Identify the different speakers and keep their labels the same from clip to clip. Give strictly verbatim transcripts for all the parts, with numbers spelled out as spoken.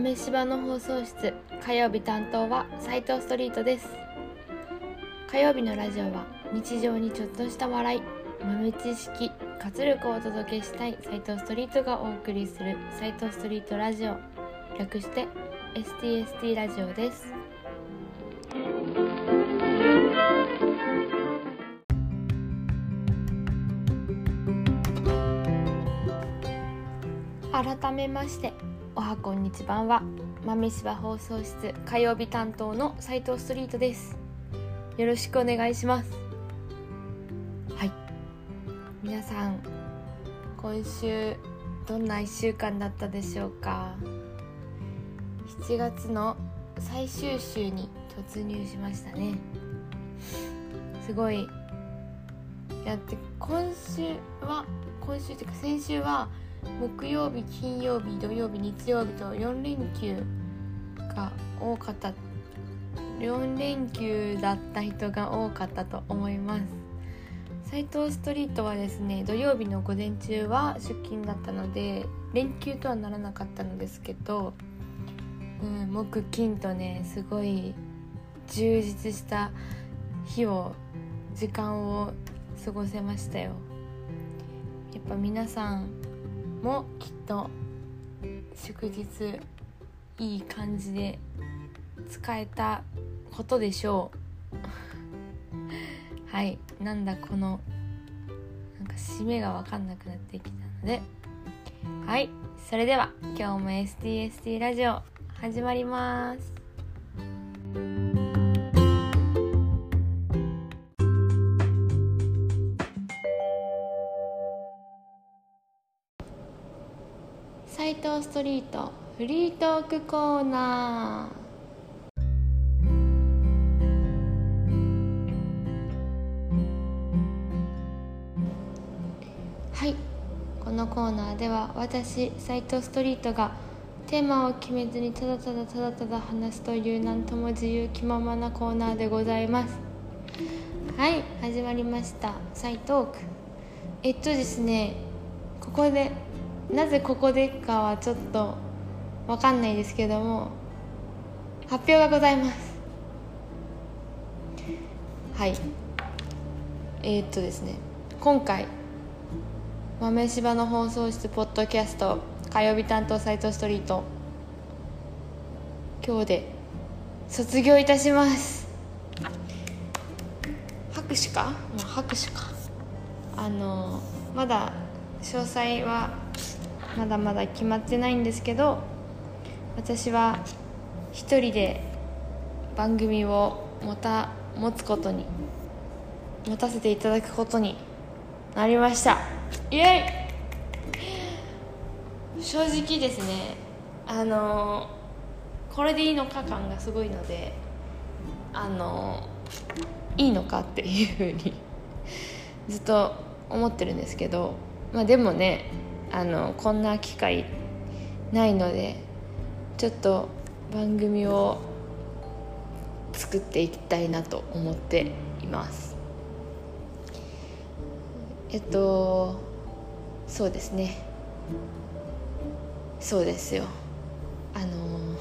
Speaker 1: 豆柴の放送室、火曜日担当は斉藤ストリートです。火曜日のラジオは日常にちょっとした笑い、豆知識、活力をお届けしたい斉藤ストリートがお送りする斉藤ストリートラジオ、略して エスティーエスティー ラジオです。改めましておはこんにちばんは、豆柴放送室火曜日担当の斉藤ストリートです。よろしくお願いします。はい、皆さん今週どんないっしゅうかんだったでしょうか。しちがつの最終週に突入しましたね。すごいやって、今週は今週というか先週は木曜日、金曜日、土曜日、日曜日とよんれんきゅうが多かったよんれんきゅうだった人が多かったと思います。斉藤ストリートはですね、土曜日の午前中は出勤だったので連休とはならなかったのですけど、うん、木金とね、すごい充実した日を時間を過ごせましたよ。やっぱ皆さんもきっと祝日いい感じで使えたことでしょうはい、なんだこのなんか締めが分かんなくなってきたので、はい、それでは今日も エスティーエスティー ラジオ始まります。斉藤ストリートフリートークコーナー。はい、このコーナーでは私斉藤ストリートがテーマを決めずにただただただただ話すというなんとも自由気ままなコーナーでございます。はい、始まりました斉藤トーク。えっとですねここでなぜここでかはちょっとわかんないですけども、発表がございます。はい、えー、っとですね今回豆柴の放送室ポッドキャスト火曜日担当斉藤ストリート、今日で卒業いたします。拍手か、もう拍手か。あのまだ詳細はまだまだ決まってないんですけど、私は一人で番組を持た持つことに持たせていただくことになりました。イエイ。正直ですね、あのこれでいいのか感がすごいので、あのいいのかっていうふうにずっと思ってるんですけど、まあでもね、あのこんな機会ないのでちょっと番組を作っていきたいなと思っています。えっとそうですねそうですよあの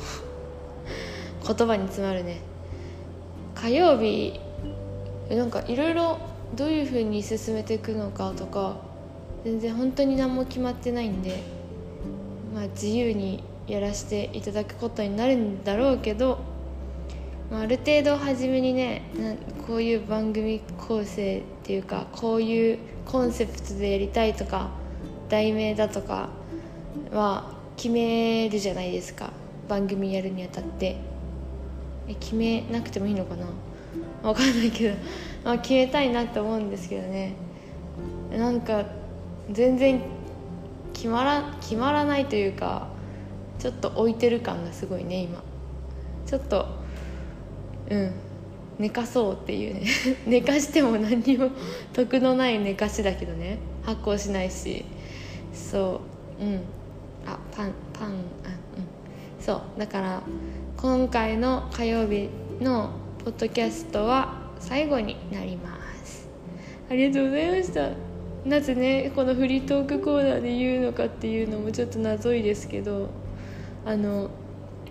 Speaker 1: 言葉に詰まるね。火曜日なんかいろいろどういう風に進めていくのかとか全然本当に何も決まってないんで、まあ、自由にやらせていただくことになるんだろうけど、まあ、ある程度初めにねなこういう番組構成っていうかこういうコンセプトでやりたいとか題名だとかは決めるじゃないですか。番組やるにあたってえ決めなくてもいいのかな、わかんないけど、まあ、決めたいなと思うんですけどね、なんか全然決まら決まらないというか、ちょっと置いてる感がすごいね。今ちょっとうん寝かそうっていうね寝かしても何にも得のない寝かしだけどね、発酵しないし、そううんあパンパンあうんそうだから今回の火曜日のポッドキャストは最後になります。ありがとうございました。なぜねこのフリートークコーナーで言うのかっていうのもちょっと謎いですけど、あの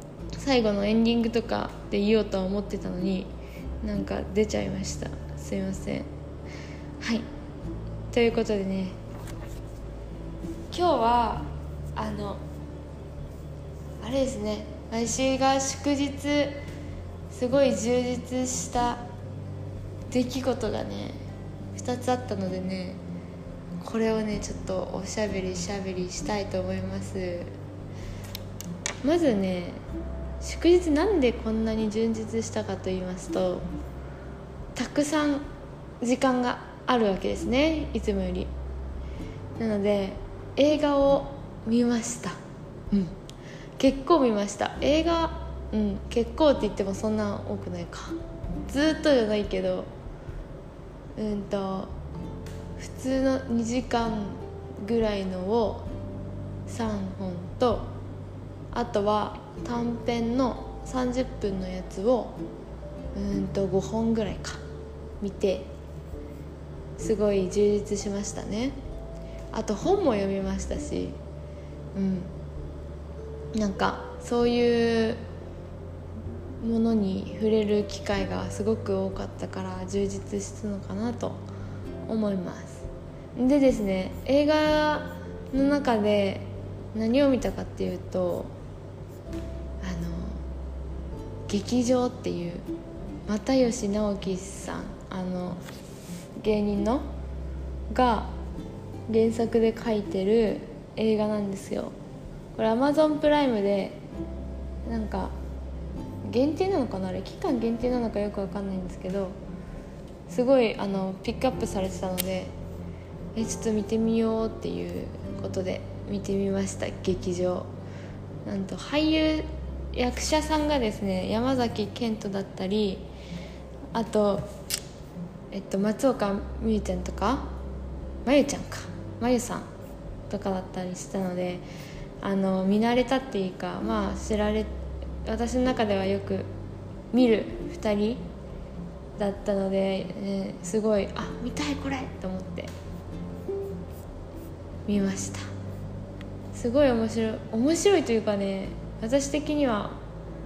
Speaker 1: 最後のエンディングとかで言おうとは思ってたのになんか出ちゃいました。すいません。はい、ということでね、今日はあのあれですね、私が祝日すごい充実した出来事がねふたつあったのでね、これをねちょっとおしゃべりしゃべりしたいと思います。まずね、祝日なんでこんなに充実したかと言いますと、たくさん時間があるわけですね、いつもより。なので映画を見ました。うん結構見ました。映画うん結構って言ってもそんな多くないか、ずっとじゃないけど、うんと普通のにじかんぐらいのをさんぼんと、あとは短編のさんじゅっぷんのやつをうんとごほんぐらいか見て、すごい充実しましたね。あと本も読みましたし、うんなんかそういうものに触れる機会がすごく多かったから充実したのかなと思います。でですね、映画の中で何を見たかっていうと、あの劇場っていう又吉直樹さん、あの芸人のが原作で書いてる映画なんですよ。これ Amazon プライムでなんか限定なのかな、あれ期間限定なのかよくわかんないんですけど、すごいあのピックアップされてたので、えちょっと見てみようっていうことで見てみました。劇場なんと俳優役者さんがですね、山崎賢人だったり、あとえっと松岡美優ちゃんとかまゆちゃんかまゆさんとかだったりしたので、あの見慣れたっていうか、まあ知られ私の中ではよく見るふたりだったので、ね、すごいあ見たいこれと思って見ました。すごい面白い面白いというかね、私的には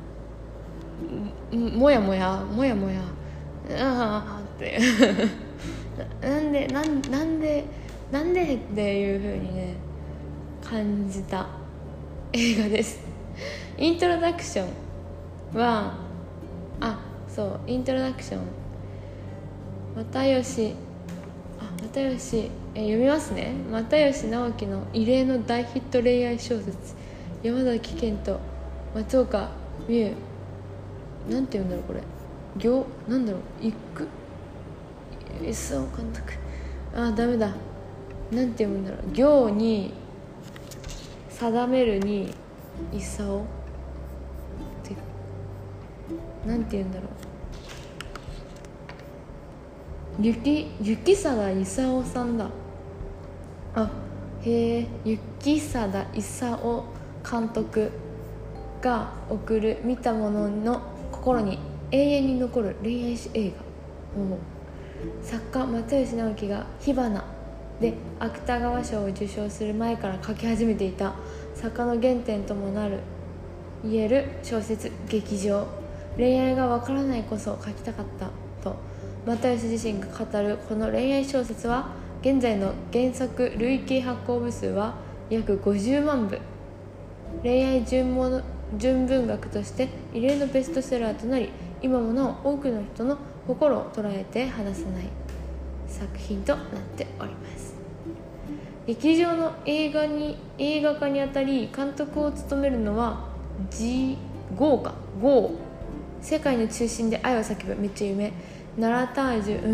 Speaker 1: もやもやもやもやああってなんでなんなんでなんでっていう風にね感じた映画です。イントロダクションはあそうイントロダクション又吉あ又吉え読みますね。又吉直樹の異例の大ヒット恋愛小説、山崎賢人松岡美優、なんて言うんだろうこれ、行なんだろういく功監督、あダメだ、なんて読むんだろう、行に定めるに功ってなんて言うんだろう、雪雪貞勲さんだ。あへえ、雪貞勲監督が送る見たものの心に永遠に残る恋愛映画。作家又吉直樹が火花で芥川賞を受賞する前から書き始めていた作家の原点ともなる言える小説劇場。恋愛がわからないこそ書きたかったと又吉自身が語るこの恋愛小説は、現在の原作累計発行部数は約ごじゅうまんぶ、恋愛純物純文学として異例のベストセラーとなり、今もなお多くの人の心を捉えて離さない作品となっております。劇場の映画に映画化にあたり監督を務めるのは G ゴーかゴー世界の中心で愛を叫ぶめっちゃ有名ナラタージュ、うんうん、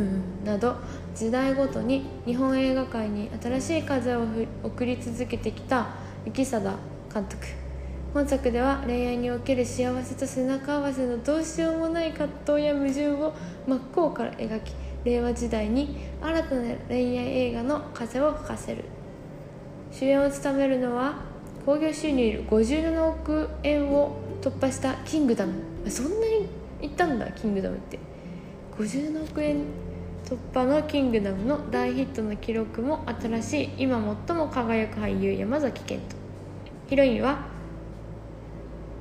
Speaker 1: など時代ごとに日本映画界に新しい風を送り続けてきた雪貞監督。本作では恋愛における幸せと背中合わせのどうしようもない葛藤や矛盾を真っ向から描き、令和時代に新たな恋愛映画の風を吹かせる。主演を務めるのは興行収入ごじゅうななおくえんを突破したキングダム。そんなにいったんだ、キングダムってごじゅうななおくえん突破のキングダムの大ヒットの記録も新しい今最も輝く俳優山崎賢人。ヒロインは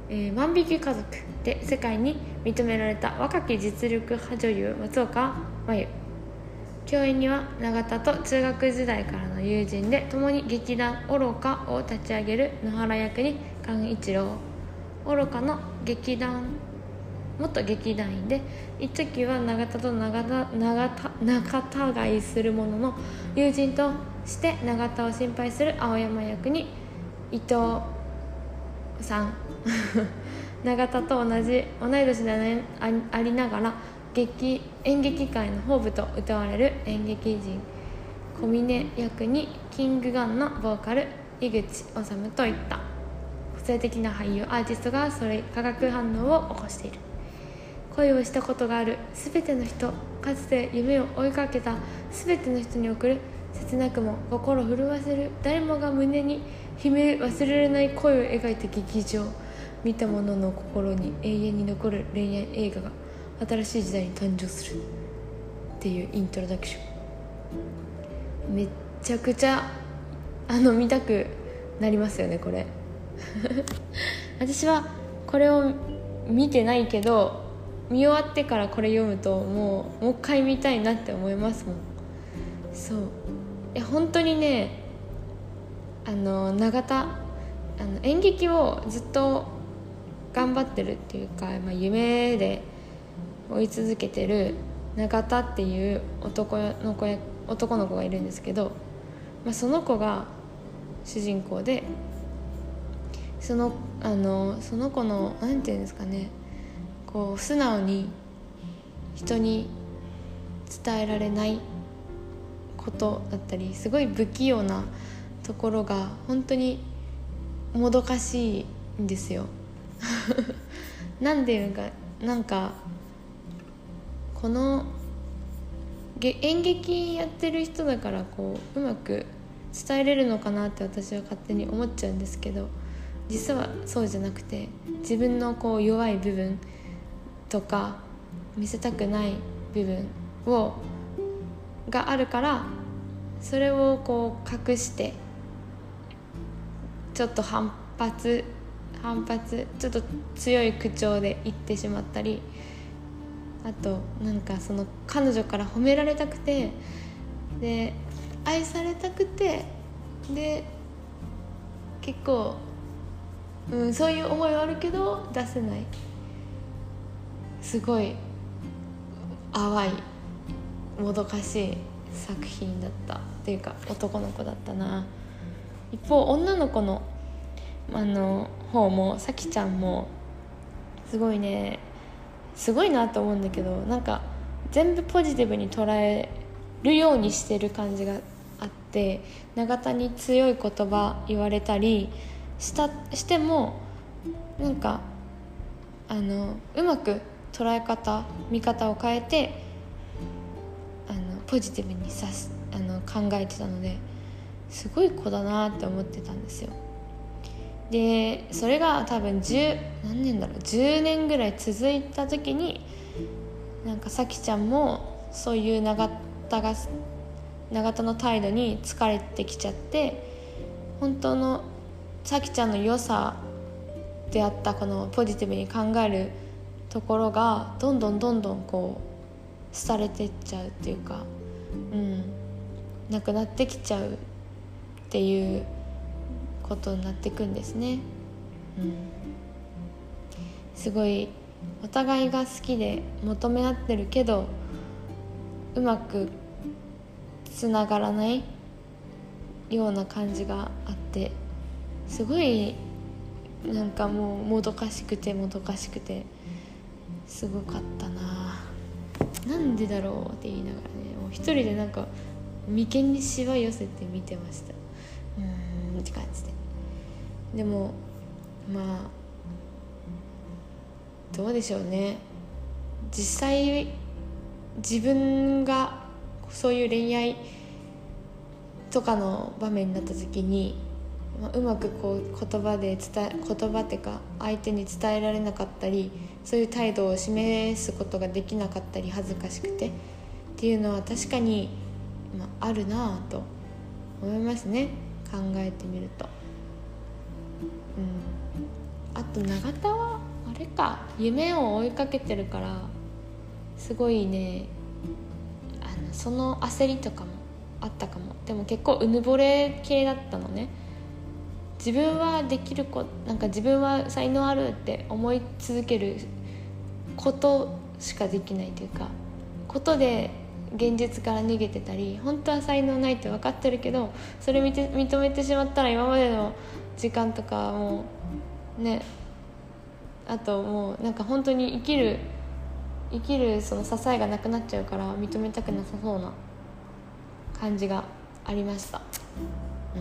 Speaker 1: えー、万引き家族で世界に認められた若き実力派女優松岡茉優。共演には永田と中学時代からの友人で共に劇団愚かを立ち上げる野原役に菅一郎。愚かの劇団元劇団員で一時は永田と永田永田仲違いするものの友人として永田を心配する青山役に伊藤さん永田と同じ同い年でありながら劇演劇界のホープと謳われる演劇人小峰役にキングガンのボーカル井口治といった個性的な俳優アーティストがそれ化学反応を起こしている。恋をしたことがあるすべての人、かつて夢を追いかけたすべての人に送る切なくも心震わせる誰もが胸に秘め忘れられない恋を描いた劇場。見た者の心に永遠に残る恋愛映画が新しい時代に誕生するっていうイントロダクション、めっちゃくちゃあの見たくなりますよねこれ私はこれを見てないけど見終わってからこれ読むともうもう一回見たいなって思いますもん。そういや本当にね、あの永田あの演劇をずっと頑張ってるっていうか、まあ、夢で追い続けてる永田っていう男の子や男の子がいるんですけど、まあ、その子が主人公でそのあのその子のなんていうんですかね、こう素直に人に伝えられないことだったりすごい不器用なところが本当にもどかしいんですよなんでいうかなんかこの演劇やってる人だからこううまく伝えれるのかなって私は勝手に思っちゃうんですけど、実はそうじゃなくて自分のこう弱い部分とか見せたくない部分をがあるからそれをこう隠してちょっと反発反発ちょっと強い口調で言ってしまったり、あとなんかその彼女から褒められたくてで愛されたくてで結構、うん、そういう思いはあるけど出せないすごい淡いもどかしい作品だったっていうか男の子だったな。一方女の子のあの方もさきちゃんもすごいねすごいなと思うんだけど、なんか全部ポジティブに捉えるようにしてる感じがあって、永田に強い言葉言われたりしたしてもなんかあのうまく捉え方見方を変えてあのポジティブにさすあの考えてたのですごい子だなって思ってたんですよ。でそれが多分じゅう何年だろうじゅうねんぐらい続いた時になんかさきちゃんもそういう永田が永田の態度に疲れてきちゃって、本当のさきちゃんの良さであったこのポジティブに考えるところがどんどんどんどんこう廃れていっちゃうっていうか、うん、なくなってきちゃうっていうことになっていくんですね、うん、すごいお互いが好きで求め合ってるけどうまくつながらないような感じがあって、すごいなんかもうもどかしくてもどかしくてすごかったな。なんでだろうって言いながらね、もう一人でなんか眉間にしわ寄せて見てました。うーんって感じで、でもまあどうでしょうね、実際自分がそういう恋愛とかの場面になった時に、まあ、うまくこう言葉で伝え言葉っていうか相手に伝えられなかったり、そういう態度を示すことができなかったり恥ずかしくてっていうのは確かに、まあ、あるなぁと思いますね、考えてみると。うん、 あと永田はあれか、夢を追いかけてるからすごいね、あのその焦りとかもあったかも。でも結構うぬぼれ系だったのね。自分はできる子、なんか自分は才能あるって思い続けることしかできないというか、ことで現実から逃げてたり、本当は才能ないって分かってるけどそれ見て認めてしまったら今までの時間とかもね、あともうなんか本当に生きる生きるその支えがなくなっちゃうから認めたくなさそうな感じがありました。うん、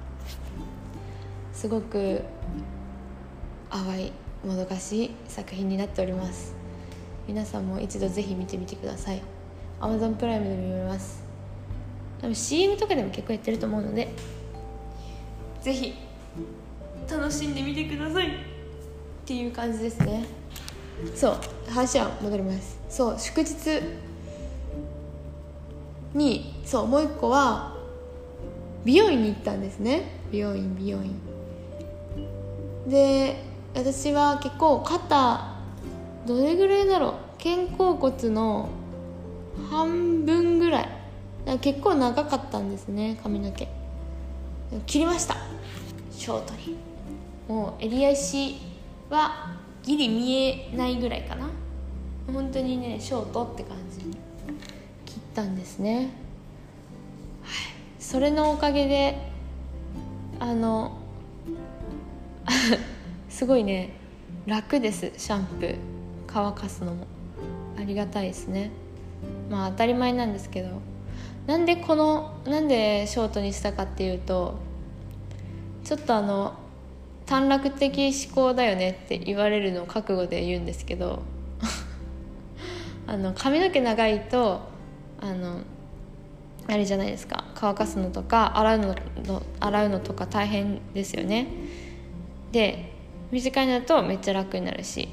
Speaker 1: すごく淡いもどかしい作品になっております。皆さんも一度ぜひ見てみてください。 Amazon プライムでも見れます。多分 シーエム とかでも結構やってると思うので、ぜひ楽しんでみてくださいっていう感じですね。そう話は戻ります。そう祝日に、そうもう一個は美容院に行ったんですね。美容院美容院で、私は結構肩どれぐらいだろう、肩甲骨の半分ぐらい、結構長かったんですね。髪の毛切りました、ショートに。もう襟足はギリ見えないぐらいかな。本当にねショートって感じに切ったんですね。はい、それのおかげであのすごいね楽です。シャンプー乾かすのもありがたいですね。まあ当たり前なんですけど、なんでこのなんでショートにしたかっていうと、ちょっとあの短絡的思考だよねって言われるのを覚悟で言うんですけどあの髪の毛長いとあのあれじゃないですか、乾かすのとか洗うのの洗うのとか大変ですよね。で短いのだとめっちゃ楽になるし、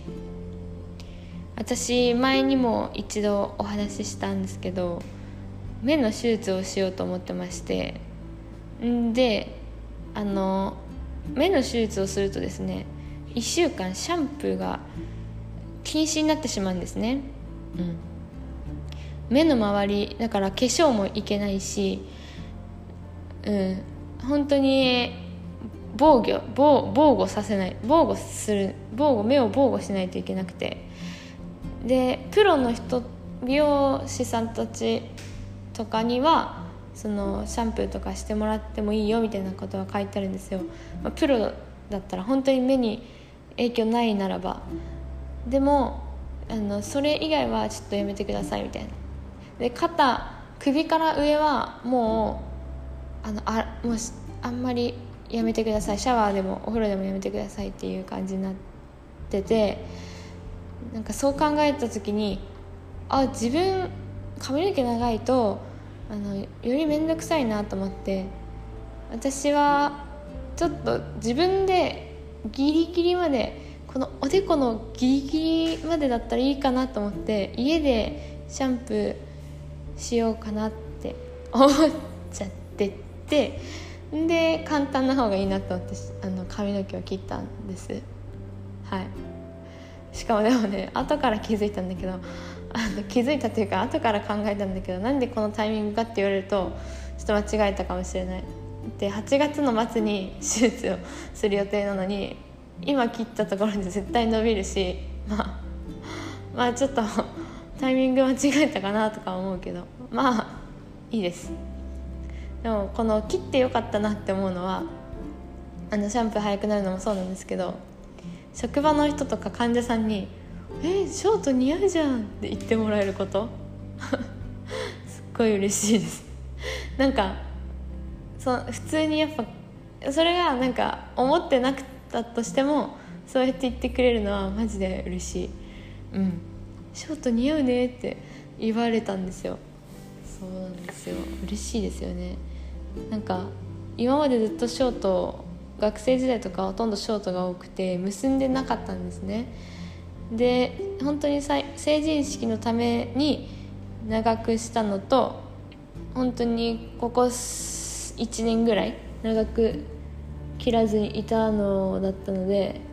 Speaker 1: 私前にも一度お話ししたんですけど、目の手術をしようと思ってまして、んであの目の手術をするとですね、いっしゅうかんシャンプーが禁止になってしまうんですね。うん、目の周りだから化粧もいけないし、うん、本当に防御防防護させない防護する防護目を防護しないといけなくて、でプロの人美容師さんたちとかにはそのシャンプーとかしてもらってもいいよみたいなことは書いてあるんですよ。まあ、プロだったら本当に目に影響ないならば、でもあのそれ以外はちょっとやめてくださいみたいな。で肩首から上はもうあのあもうあんまりやめてください、シャワーでもお風呂でもやめてくださいっていう感じになってて、なんかそう考えた時に、あ自分髪の毛長いとあのより面倒くさいなと思って、私はちょっと自分でギリギリまでこのおでこのギリギリまでだったらいいかなと思って家でシャンプーしようかなって思っちゃってて、で簡単な方がいいなと思ってあの髪の毛を切ったんです。はい。しかもでもね後から気づいたんだけど、あの気づいたというか後から考えたんだけど、なんでこのタイミングかって言われるとちょっと間違えたかもしれない。ではちがつの末に手術をする予定なのに今切ったところで絶対伸びるし、まあまあちょっとタイミング間違えたかなとか思うけど、まあいいです。でもこの切ってよかったなって思うのは、あのシャンプー早くなるのもそうなんですけど、職場の人とか患者さんにえショート似合うじゃんって言ってもらえることすっごい嬉しいです。なんかそ普通にやっぱそれがなんか思ってなかったとしてもそうやって言ってくれるのはマジで嬉しい。うん、ショート似合うねって言われたんですよ。そうなんですよ、嬉しいですよね。なんか今までずっとショート、学生時代とかほとんどショートが多くて結んでなかったんですね。で本当に成人式のために長くしたのと、本当にここいちねんぐらい長く切らずにいたのだったので、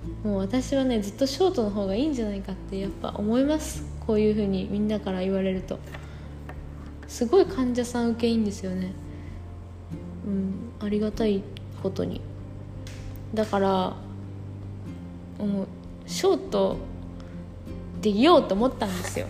Speaker 1: もう私はねずっとショートの方がいいんじゃないかってやっぱ思います。こういう風にみんなから言われるとすごい患者さん受けいいんですよね。うん、ありがたいことに。だからもうショートでいようと思ったんですよ、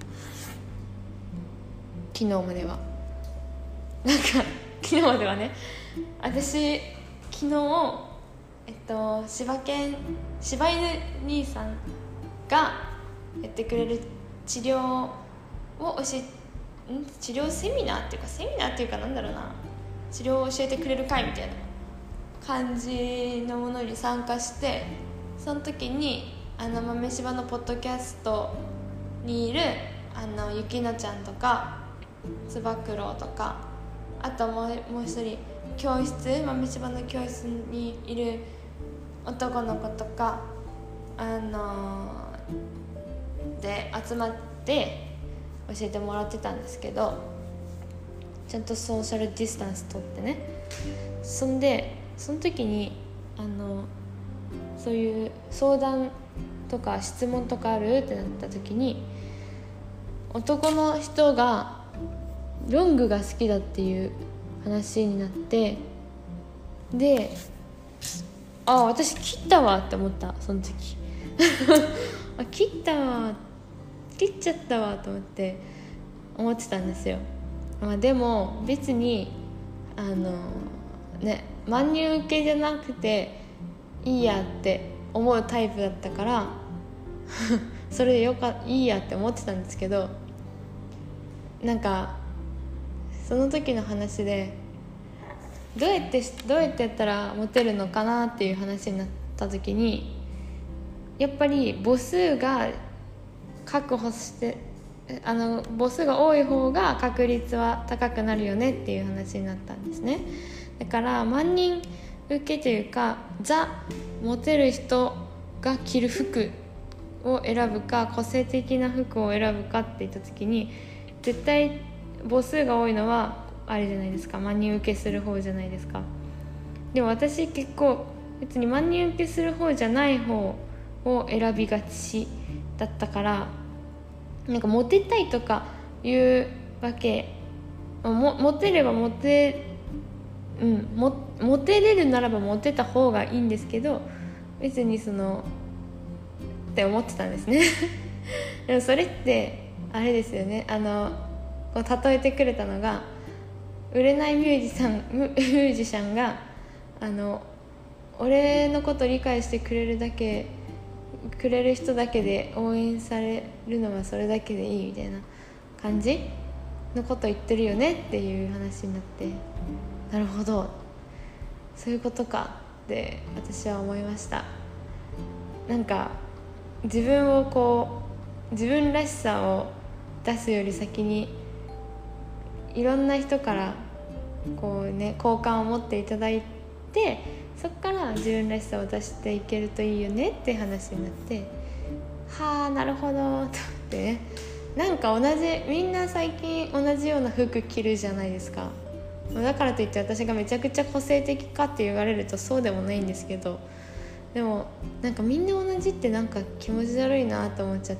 Speaker 1: 昨日までは。なんか昨日まではね、私昨日えっと柴犬柴犬兄さんがやってくれる治療を教えん治療セミナーっていうかセミナーっていうかなんだろうな治療を教えてくれる会みたいな感じのものに参加して、その時にあの豆柴のポッドキャストにいるあのゆきのちゃんとかつば九郎とか、あともうもう一人教室豆柴の教室にいる男の子とかあのー、で集まって教えてもらってたんですけど、ちゃんとソーシャルディスタンス取ってね。そんでその時にあのそういう相談とか質問とかあるってなった時に、男の人がロングが好きだっていう話になって、であ私切ったわって思った。その時あ切ったわ切っちゃったわと思って思ってたんですよ。まあ、でも別にあのね万人受けじゃなくていいやって思うタイプだったからそれでよかいいやって思ってたんですけど、なんかその時の話でどうやってどうやってやったらモテるのかなっていう話になった時に、やっぱり母数が確保してあの母数が多い方が確率は高くなるよねっていう話になったんですね。だから万人受けというかザ・モテる人が着る服を選ぶか個性的な服を選ぶかって言った時に、絶対母数が多いのはあれじゃないですか、万人受けする方じゃないですか。でも私結構別に万人受けする方じゃない方を選びがちだったから、なんかモテたいとかいうわけもモテればモテうんもモテれるならばモテた方がいいんですけど、別にそのって思ってたんですねでもそれってあれですよね、あのこう例えてくれたのが、売れないミュージシャンミュージシャンがあの俺のこと理解してくれるだけくれる人だけで応援されるのはそれだけでいいみたいな感じのこと言ってるよねっていう話になって、なるほどそういうことかって私は思いました。なんか自分をこう自分らしさを出すより先にいろんな人からこうね好感を持っていただいて、そこから自分らしさを出していけるといいよねって話になって、はあなるほどと思ってね。なんか同じみんな最近同じような服着るじゃないですか。だからといって私がめちゃくちゃ個性的かって言われるとそうでもないんですけど、でもなんかみんな同じってなんか気持ち悪いなと思っちゃって、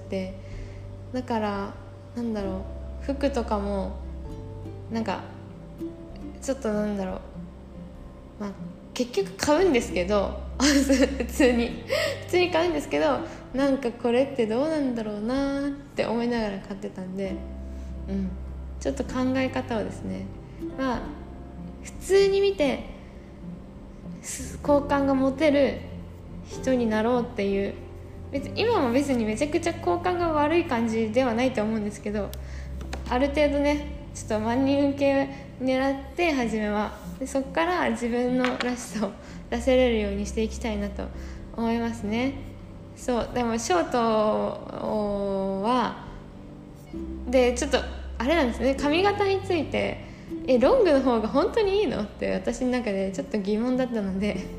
Speaker 1: だからなんだろう服とかもなんかちょっとなんだろうまあ結局買うんですけど普通に普通に買うんですけど、なんかこれってどうなんだろうなって思いながら買ってたんで、うんちょっと考え方をですね、まあ普通に見て好感が持てる人になろうっていう、別に今も別にめちゃくちゃ好感が悪い感じではないと思うんですけど、ある程度ねちょっと万人受け狙って初めはで、そこから自分のらしさを出せれるようにしていきたいなと思いますね。そうでもショートはでちょっとあれなんですね、髪型についてえロングの方が本当にいいのって私の中でちょっと疑問だったので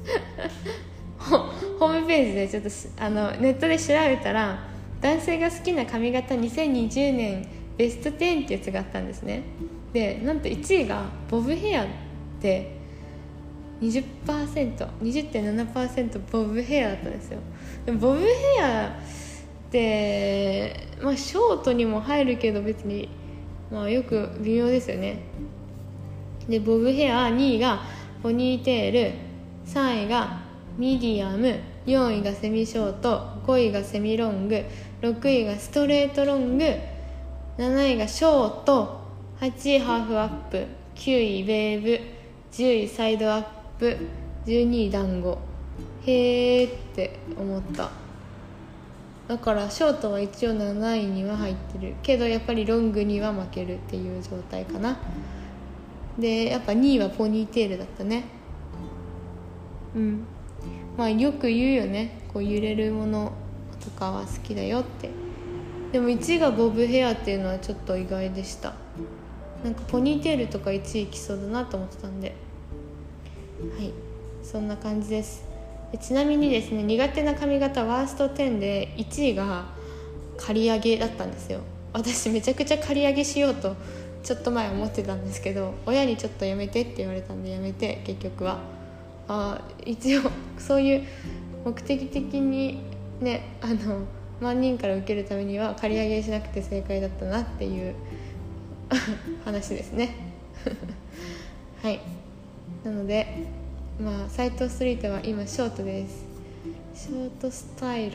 Speaker 1: ホームページでちょっとあのネットで調べたら、男性が好きな髪型にせんにじゅうねんベストじゅうってやつがあったんですね。でなんといちいがボブヘアで、 にじゅっパーセント、にじゅってんななパーセント ボブヘアだったんですよ。でもボブヘアってまあショートにも入るけど別にまあよく微妙ですよね。でボブヘア、にいがポニーテール、さんいがミディアム、よんいがセミショート、ごいがセミロング、ろくいがストレートロング、なないがショート、はちいハーフアップ、きゅういウェーブ、じゅういサイドアップ、じゅうにい団子。へーって思った。だからショートは一応なないには入ってるけど、やっぱりロングには負けるっていう状態かな。でやっぱにいはポニーテールだったね。うんまあよく言うよね、こう揺れるものとかは好きだよって。でもいちいがボブヘアっていうのはちょっと意外でした。なんかポニーテールとかいちい来そうだなと思ってたんで、はいそんな感じです。でちなみにですね、苦手な髪型ワーストじゅうでいちいが刈り上げだったんですよ。私めちゃくちゃ刈り上げしようとちょっと前思ってたんですけど、親にちょっとやめてって言われたんでやめて、結局はあ一応そういう目的的にね、あの万人から受けるためには刈り上げしなくて正解だったなっていう話ですねはいなのでまあ斎藤ストリートは今ショートです。ショートスタイル、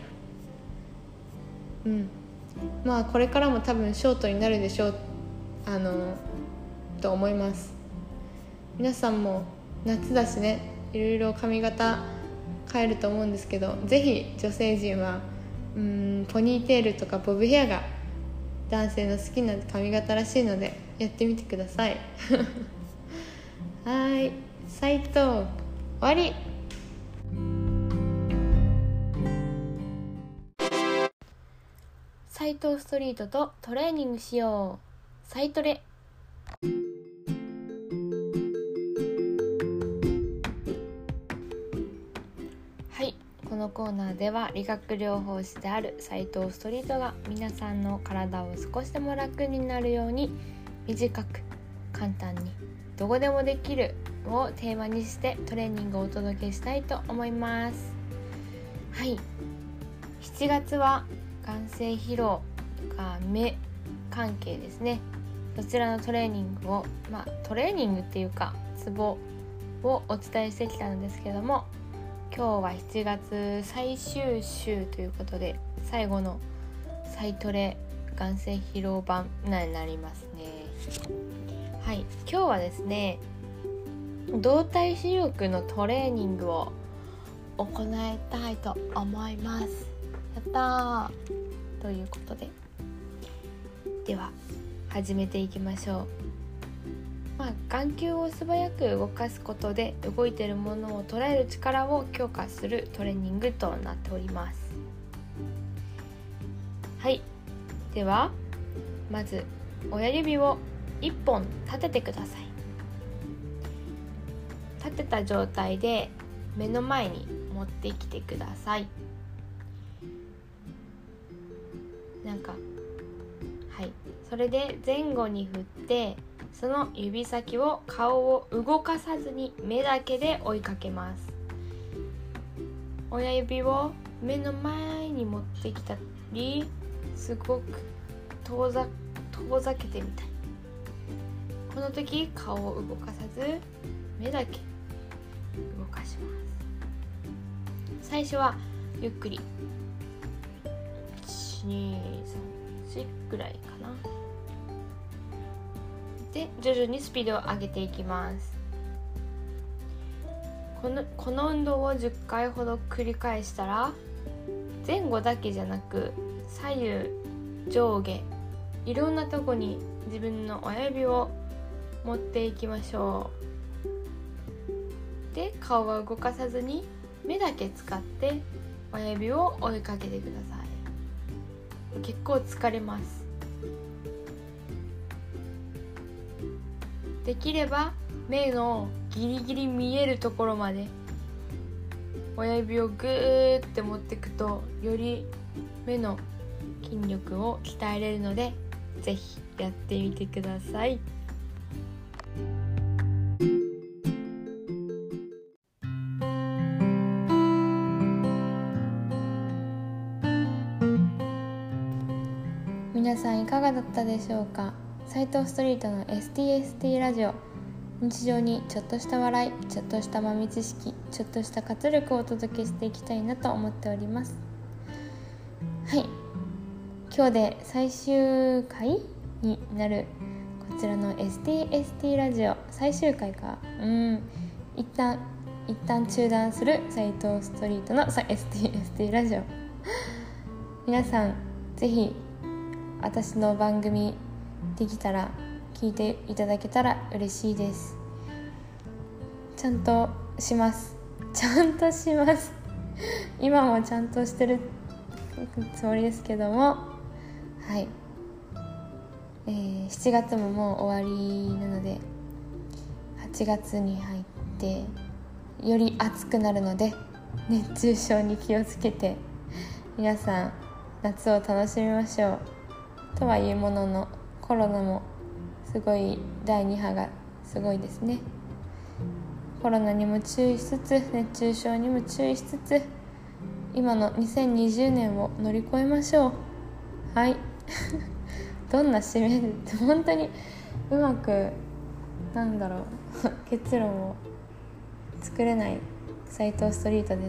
Speaker 1: うんまあこれからも多分ショートになるでしょうあのと思います。皆さんも夏だしね、いろいろ髪型変えると思うんですけど、ぜひ女性陣はうーんポニーテールとかボブヘアが男性の好きな髪型らしいのでやってみてくださいはい斉藤終わり。斉藤ストリートとトレーニングしよう、サイトレ。はいこのコーナーでは理学療法士である斉藤ストリートが皆さんの体を少しでも楽になるように短く簡単にどこでもできるをテーマにしてトレーニングをお届けしたいと思います。はいしちがつは眼性疲労とか目関係ですね、そちらのトレーニングをまあトレーニングっていうかツボをお伝えしてきたのですけども、今日はしちがつ最終週ということで最後のサイトレ眼性疲労版になりますね。はい今日はですね、動体視力のトレーニングを行いたいと思います。やったーということで、では始めていきましょう。まあ、眼球を素早く動かすことで動いているものを捉える力を強化するトレーニングとなっております。はいではまず親指をいっぽん立ててください。立てた状態で目の前に持ってきてください。なんかはいそれで前後に振って、その指先を顔を動かさずに目だけで追いかけます。親指を目の前に持ってきたり、すごく遠ざ、遠ざけてみたい。この時顔を動かさず目だけ動かします。最初はゆっくりいち、に、さん、よんぐらいかな。で徐々にスピードを上げていきます。この、この運動をじゅっかいほど繰り返したら、前後だけじゃなく左右上下いろんなとこに自分の親指を持っていきましょう。で顔は動かさずに目だけ使って親指を追いかけてください。結構疲れます。できれば目のギリギリ見えるところまで親指をグーって持っていくと、より目の筋力を鍛えれるので、ぜひやってみてください。 皆さんいかがだったでしょうか。斉藤ストリートの エスティーエスティー ラジオ、日常にちょっとした笑い、ちょっとした豆知識、ちょっとした活力をお届けしていきたいなと思っております。はい、今日で最終回になるこちらの エスティーエスティー ラジオ、最終回か、うん一旦一旦中断する斉藤ストリートの エスティーエスティー ラジオ皆さんぜひ私の番組できたら聞いていただけたら嬉しいです。ちゃんとしますちゃんとします今もちゃんとしてるつもりですけども、はい、えー、しちがつももう終わりなので、はちがつに入ってより暑くなるので熱中症に気をつけて皆さん夏を楽しみましょう。とはいうもののコロナもすごいだいに波がすごいですね。コロナにも注意しつつ熱中症にも注意しつつ今のにせんにじゅうねんを乗り越えましょう。はいどんな締めって本当にうまくなんだろう結論を作れない斉藤ストリートです。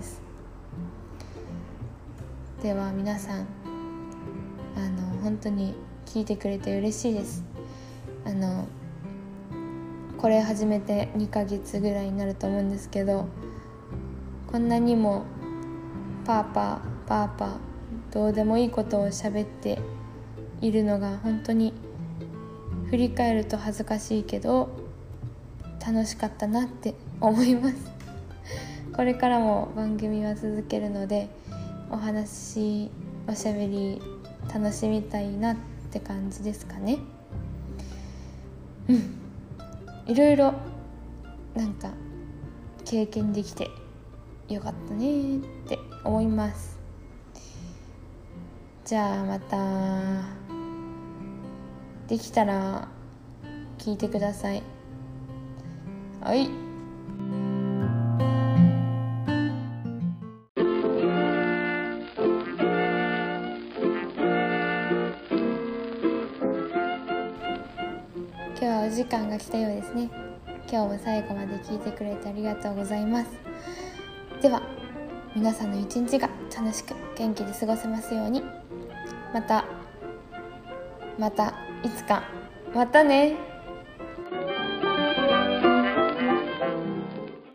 Speaker 1: では皆さん、あの本当に聞いてくれて嬉しいです。あのこれ始めてにかげつぐらいになると思うんですけど、こんなにもパーパーパーパーどうでもいいことを喋っているのが本当に振り返ると恥ずかしいけど楽しかったなって思いますこれからも番組は続けるのでお話おしゃべり楽しみたいなって感じですかね。うんいろいろなんか経験できてよかったねって思います。じゃあまたできたら聞いてください。はい、今日はお時間が来たようですね。今日も最後まで聞いてくれてありがとうございます。では皆さんの一日が楽しく元気で過ごせますように。またまたいつかまたね。